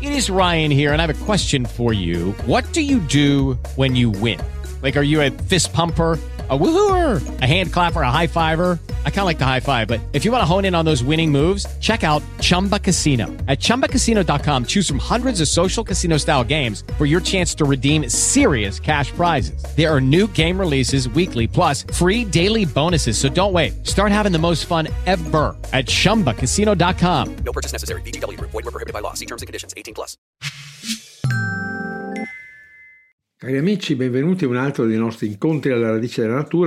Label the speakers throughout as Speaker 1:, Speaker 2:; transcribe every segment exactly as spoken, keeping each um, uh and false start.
Speaker 1: It is Ryan here, and I have a question for you. What do you do when you win? Like, are you a fist pumper, a woohooer, a hand clapper, a high fiver? I kind of like the high five, but if you want to hone in on those winning moves, check out Chumba Casino. At chumba casino dot com, choose from hundreds of social casino style games for your chance to redeem serious cash prizes. There are new game releases weekly, plus free daily bonuses. So don't wait. Start having the most fun ever at chumba casino dot com.
Speaker 2: No purchase necessary. V G W Group. Void where prohibited by law. See terms and conditions. eighteen plus.
Speaker 3: Cari amici, benvenuti a un altro dei nostri incontri alla radice della natura.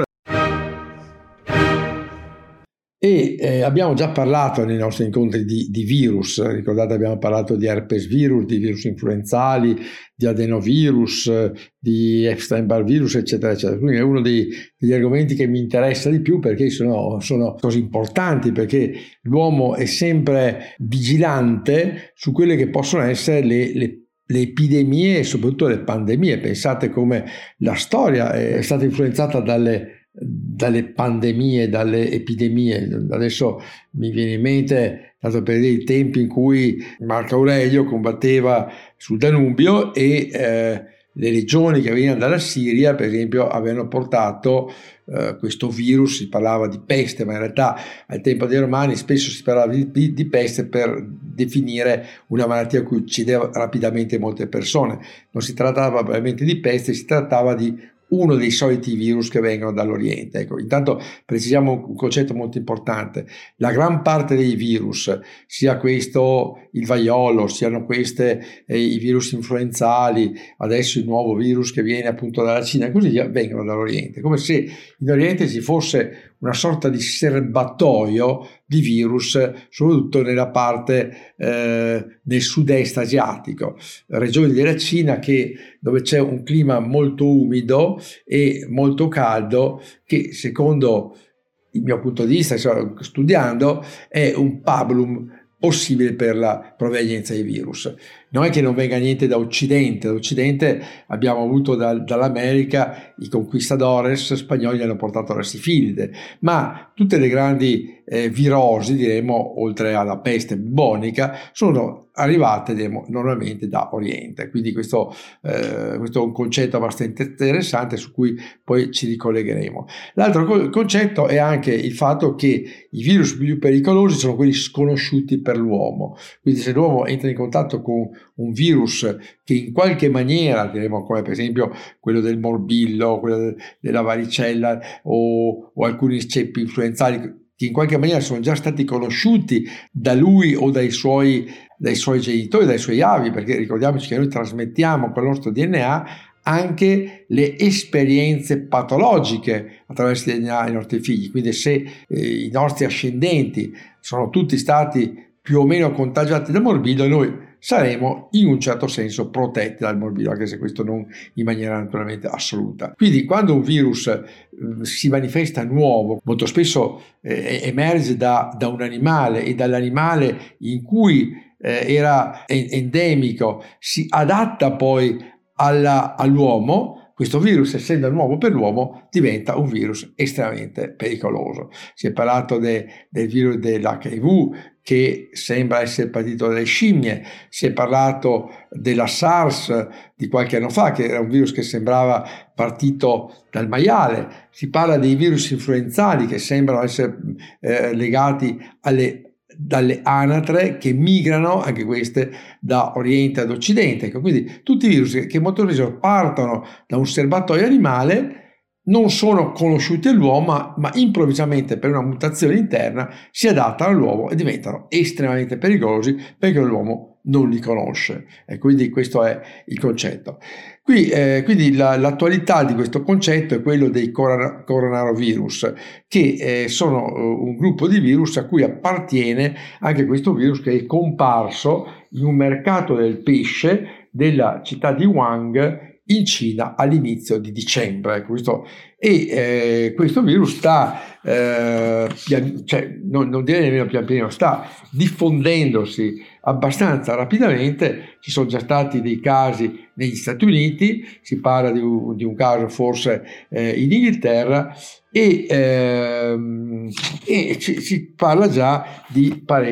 Speaker 3: E eh, abbiamo già parlato nei nostri incontri di, di virus. Ricordate, abbiamo parlato di herpes virus, di virus influenzali, di adenovirus, di Epstein-Barr virus, eccetera, eccetera. Quindi è uno dei, degli argomenti che mi interessa di più perché sono, sono così importanti, perché l'uomo è sempre vigilante su quelle che possono essere le, le le epidemie e soprattutto le pandemie. Pensate come la storia è stata influenzata dalle, dalle pandemie, dalle epidemie. Adesso mi viene in mente, tanto per dire, i tempi in cui Marco Aurelio combatteva sul Danubio e eh, le legioni che venivano dalla Siria, per esempio, avevano portato eh, questo virus. Si parlava di peste, ma in realtà al tempo dei Romani spesso si parlava di, di, di peste per definire una malattia che uccideva rapidamente molte persone. Non si trattava probabilmente di peste, si trattava di uno dei soliti virus che vengono dall'Oriente. Ecco, intanto precisiamo un concetto molto importante: la gran parte dei virus, sia questo il vaiolo, siano queste eh, i virus influenzali, adesso il nuovo virus che viene appunto dalla Cina e così via, vengono dall'Oriente, come se in Oriente ci fosse una sorta di serbatoio di virus, soprattutto nella parte eh, del sud-est asiatico, regioni della Cina che, dove c'è un clima molto umido e molto caldo, che secondo il mio punto di vista, studiando, è un pabulum possibile per la provenienza dei virus. Non è che non venga niente da Occidente. Da Occidente abbiamo avuto da, dall'America i conquistadores spagnoli, hanno portato la sifilide, ma tutte le grandi eh, virosi, diremo, oltre alla peste bubbonica, sono arrivate diremo, normalmente da Oriente. Quindi questo, eh, questo è un concetto abbastanza interessante su cui poi ci ricollegheremo. L'altro co- concetto è anche il fatto che i virus più pericolosi sono quelli sconosciuti per l'uomo. Quindi se l'uomo entra in contatto con un virus che in qualche maniera, diremo, come per esempio quello del morbillo, quello de- della varicella o, o alcuni ceppi influenzali che in qualche maniera sono già stati conosciuti da lui o dai suoi, dai suoi genitori, dai suoi avi, perché ricordiamoci che noi trasmettiamo con il nostro D N A anche le esperienze patologiche attraverso il D N A ai nostri figli. Quindi se eh, i nostri ascendenti sono tutti stati più o meno contagiati da morbillo, noi saremo in un certo senso protetti dal morbillo, anche se questo non in maniera naturalmente assoluta. Quindi quando un virus eh, si manifesta nuovo, molto spesso eh, emerge da, da un animale e dall'animale in cui eh, era endemico si adatta poi alla, all'uomo. Questo virus, essendo nuovo per l'uomo, diventa un virus estremamente pericoloso. Si è parlato de, del virus dell'H I V, che sembra essere partito dalle scimmie. Si è parlato della SARS di qualche anno fa, che era un virus che sembrava partito dal maiale. Si parla dei virus influenzali che sembrano essere eh, legati alle dalle anatre che migrano anche queste da Oriente ad Occidente. Quindi tutti i virus che molto spesso partono da un serbatoio animale, non sono conosciuti all'uomo, ma improvvisamente per una mutazione interna si adattano all'uomo e diventano estremamente pericolosi perché l'uomo non li conosce. E quindi questo è il concetto. Qui, eh, quindi la, l'attualità di questo concetto è quello dei corona, coronavirus, che eh, sono un gruppo di virus a cui appartiene anche questo virus, che è comparso in un mercato del pesce della città di Wuhan in Cina all'inizio di dicembre. Questo, e eh, questo virus sta, eh, pian, cioè, non, non direi nemmeno pian piano, sta diffondendosi abbastanza rapidamente. Ci sono già stati dei casi negli Stati Uniti, si parla di un, di un caso forse eh, in Inghilterra, e, ehm, e ci, si parla già di parecchi,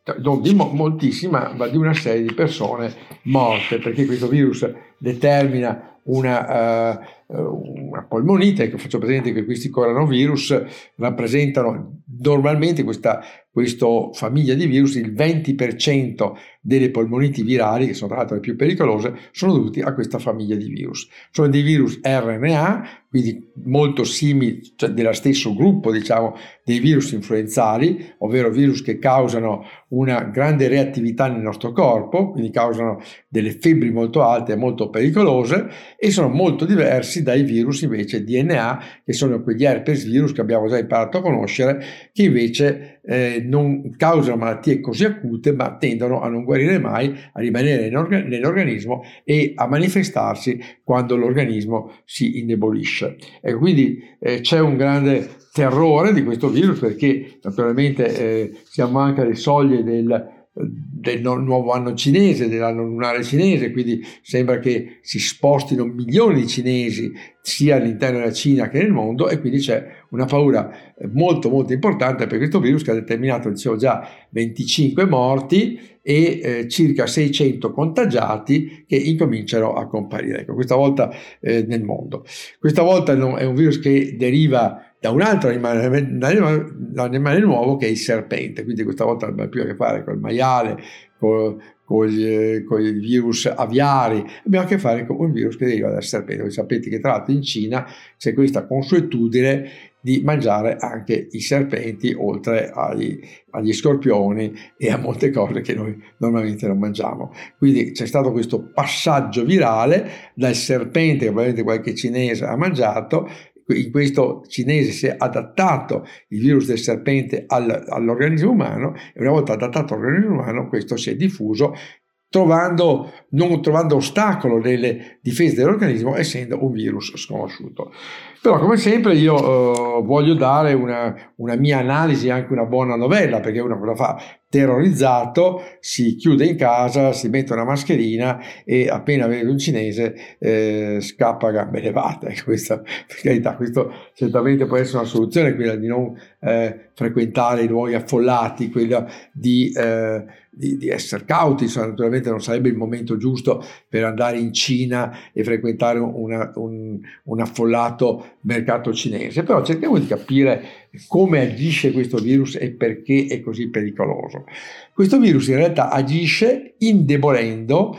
Speaker 3: non di mo- moltissima, ma di una serie di persone morte, perché questo virus determina una, uh, una polmonite. Ecco, faccio presente che questi coronavirus rappresentano normalmente questa questa famiglia di virus, il venti per cento delle polmoniti virali, che sono tra l'altro le più pericolose, sono dovuti a questa famiglia di virus. Sono dei virus R N A, quindi molto simili, cioè dello stesso gruppo, diciamo, dei virus influenzali, ovvero virus che causano una grande reattività nel nostro corpo, quindi causano delle febbri molto alte e molto pericolose, e sono molto diversi dai virus invece D N A, che sono quegli herpes virus che abbiamo già imparato a conoscere, che invece eh, non causano malattie così acute, ma tendono a non guarire mai, a rimanere nell'organismo e a manifestarsi quando l'organismo si indebolisce. E quindi eh, c'è un grande terrore di questo virus, perché naturalmente eh, siamo anche alle soglie del del nuovo anno cinese, dell'anno lunare cinese, quindi sembra che si spostino milioni di cinesi sia all'interno della Cina che nel mondo, e quindi c'è una paura molto molto importante per questo virus, che ha determinato, dicevo già, venticinque morti e eh, circa seicento contagiati che incominciano a comparire, ecco, questa volta eh, nel mondo. Questa volta no, è un virus che deriva da un altro animale, l'animale nuovo, che è il serpente, quindi questa volta non abbiamo più a che fare con il maiale, con, con, gli, con i virus aviari, abbiamo a che fare con un virus che deriva dal serpente. Voi sapete che tra l'altro in Cina c'è questa consuetudine di mangiare anche i serpenti, oltre agli, agli scorpioni e a molte cose che noi normalmente non mangiamo. Quindi c'è stato questo passaggio virale dal serpente, che probabilmente qualche cinese ha mangiato. In questo cinese si è adattato il virus del serpente al, all'organismo umano, e una volta adattato all'organismo umano questo si è diffuso, trovando, non trovando ostacolo nelle difese dell'organismo, essendo un virus sconosciuto. Però come sempre io eh, voglio dare una, una mia analisi, anche una buona novella, perché uno cosa fa? Terrorizzato, si chiude in casa, si mette una mascherina e appena vede un cinese eh, scappa a gambe levate. Questa, per carità, questo certamente può essere una soluzione, quella di non eh, frequentare i luoghi affollati, quella di, eh, di, di essere cauti. Insomma, naturalmente non sarebbe il momento giusto per andare in Cina e frequentare una, un, un affollato mercato cinese, però cerchiamo di capire come agisce questo virus e perché è così pericoloso. Questo virus in realtà agisce indebolendo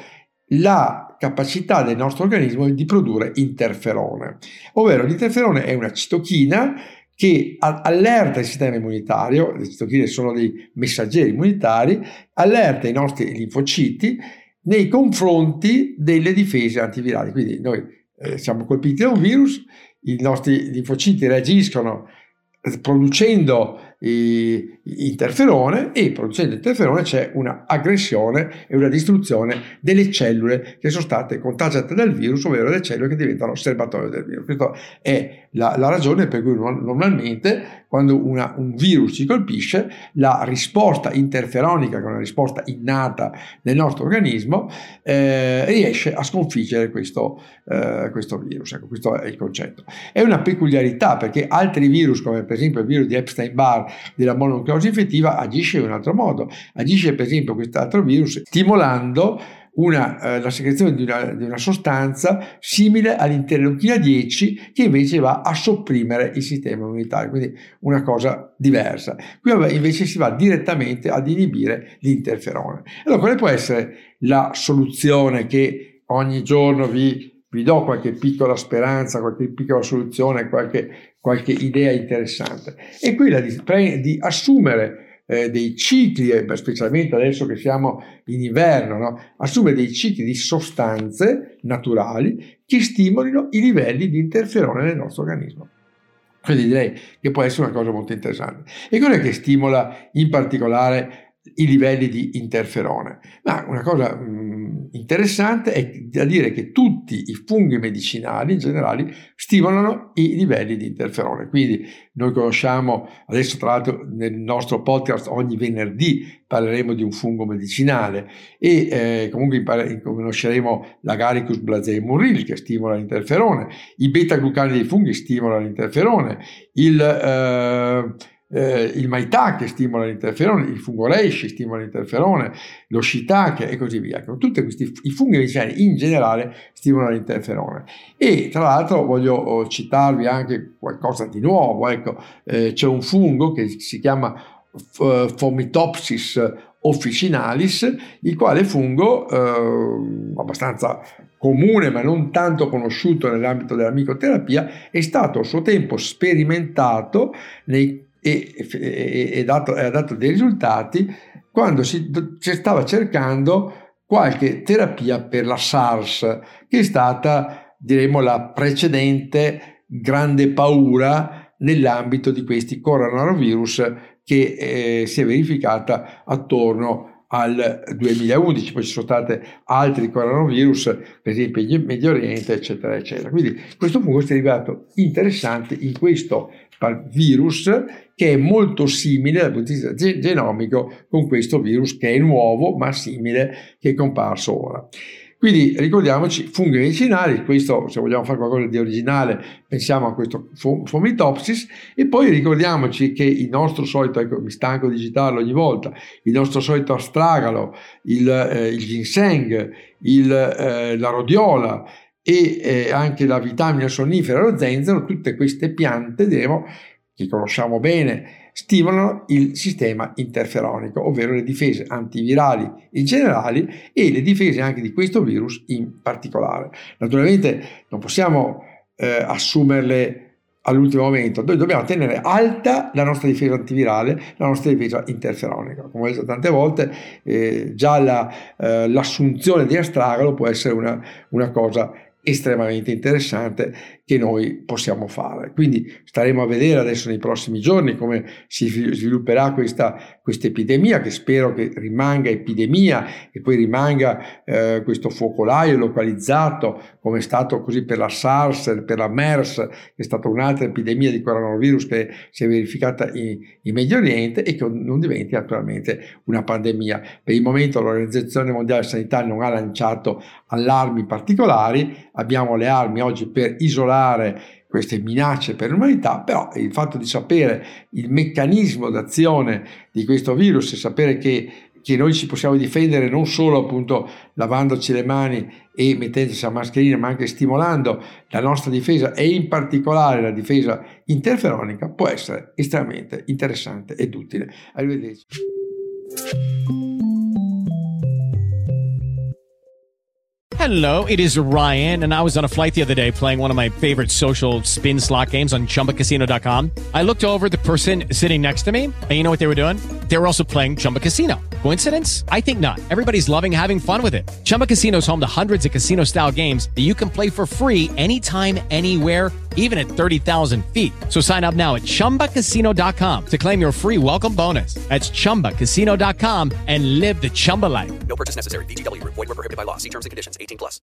Speaker 3: la capacità del nostro organismo di produrre interferone, ovvero l'interferone è una citochina che allerta il sistema immunitario. Le citochine sono dei messaggeri immunitari, allerta i nostri linfociti nei confronti delle difese antivirali. Quindi noi eh, siamo colpiti da un virus, i nostri linfociti reagiscono producendo eh, interferone, e producendo interferone c'è una aggressione e una distruzione delle cellule che sono state contagiate dal virus, ovvero le cellule che diventano serbatoio del virus. Questa è la, la ragione per cui normalmente quando una, un virus ci colpisce, la risposta interferonica, che è una risposta innata nel nostro organismo, eh, riesce a sconfiggere questo, eh, questo virus. Ecco, questo è il concetto. È una peculiarità, perché altri virus, come per esempio il virus di Epstein-Barr della mononucleosi infettiva, agisce in un altro modo. Agisce per esempio quest'altro virus stimolando una, eh, la secrezione di una, di una sostanza simile all'interleuchina dieci, che invece va a sopprimere il sistema immunitario, quindi una cosa diversa. Qui invece si va direttamente ad inibire l'interferone. Allora, quale può essere la soluzione che ogni giorno vi vi do qualche piccola speranza, qualche piccola soluzione, qualche, qualche idea interessante? È quella di, di assumere eh, dei cicli, eh, specialmente adesso che siamo in inverno, no? Assumere dei cicli di sostanze naturali che stimolino i livelli di interferone nel nostro organismo. Quindi direi che può essere una cosa molto interessante. E cosa è che stimola in particolare i livelli di interferone? Ma una cosa mh, interessante è da dire che tutti i funghi medicinali in generale stimolano i livelli di interferone. Quindi noi conosciamo, adesso tra l'altro nel nostro podcast ogni venerdì parleremo di un fungo medicinale, e eh, comunque impare, conosceremo l'Agaricus blazei murril, che stimola l'interferone, i beta-glucani dei funghi stimolano l'interferone, il eh, eh, il maitake stimola l'interferone, il fungo reishi stimola l'interferone, lo shiitake e così via. Tutti questi i funghi medicinali in generale stimolano l'interferone. E tra l'altro voglio citarvi anche qualcosa di nuovo. Ecco, eh, c'è un fungo che si chiama Fomitopsis officinalis, il quale fungo eh, abbastanza comune ma non tanto conosciuto nell'ambito della micoterapia, è stato a suo tempo sperimentato nei, e, e, e, dato, e ha dato dei risultati quando si, si stava cercando qualche terapia per la SARS, che è stata, diremo, la precedente grande paura nell'ambito di questi coronavirus che eh, si è verificata attorno al duemilaundici. Poi ci sono stati altri coronavirus, per esempio in Medio Oriente, eccetera, eccetera. Quindi questo fungo si è rivelato interessante in questo virus, che è molto simile dal punto di vista genomico con questo virus che è nuovo ma simile, che è comparso ora. Quindi ricordiamoci, funghi medicinali, questo, se vogliamo fare qualcosa di originale pensiamo a questo Fomitopsis, e poi ricordiamoci che il nostro solito, ecco, mi stanco di citarlo ogni volta, il nostro solito astragalo, il, eh, il ginseng, il, eh, la rodiola e eh, anche la vitamina sonnifera, lo zenzero, tutte queste piante, diremo, che conosciamo bene, stimolano il sistema interferonico, ovvero le difese antivirali in generale e le difese anche di questo virus in particolare. Naturalmente non possiamo eh, assumerle all'ultimo momento, noi dobbiamo tenere alta la nostra difesa antivirale, la nostra difesa interferonica. Come ho detto tante volte, eh, già la, eh, l'assunzione di astragalo può essere una, una cosa estremamente interessante che noi possiamo fare. Quindi staremo a vedere adesso nei prossimi giorni come si svilupperà questa questa epidemia, che spero che rimanga epidemia e poi rimanga eh, questo focolaio localizzato, come è stato così per la SARS, per la MERS, che è stata un'altra epidemia di coronavirus che si è verificata in, in Medio Oriente, e che non diventi naturalmente una pandemia. Per il momento l'Organizzazione Mondiale della Sanità non ha lanciato allarmi particolari, abbiamo le armi oggi per isolare queste minacce per l'umanità, però il fatto di sapere il meccanismo d'azione di questo virus e sapere che, che noi ci possiamo difendere non solo appunto lavandoci le mani e mettendoci la mascherina, ma anche stimolando la nostra difesa e in particolare la difesa interferonica, può essere estremamente interessante ed utile. Arrivederci.
Speaker 1: Hello, it is Ryan, and I was on a flight the other day playing one of my favorite social spin slot games on Chumba Casino dot com. I looked over at the person sitting next to me, and you know what they were doing? They were also playing Chumba Casino. Coincidence? I think not. Everybody's loving having fun with it. Chumba Casino is home to hundreds of casino-style games that you can play for free anytime, anywhere, even at thirty thousand feet. So sign up now at Chumba Casino dot com to claim your free welcome bonus. That's Chumba Casino dot com and live the Chumba life.
Speaker 2: No purchase necessary. V G W. Void where prohibited by law. See terms and conditions. eighteen plus.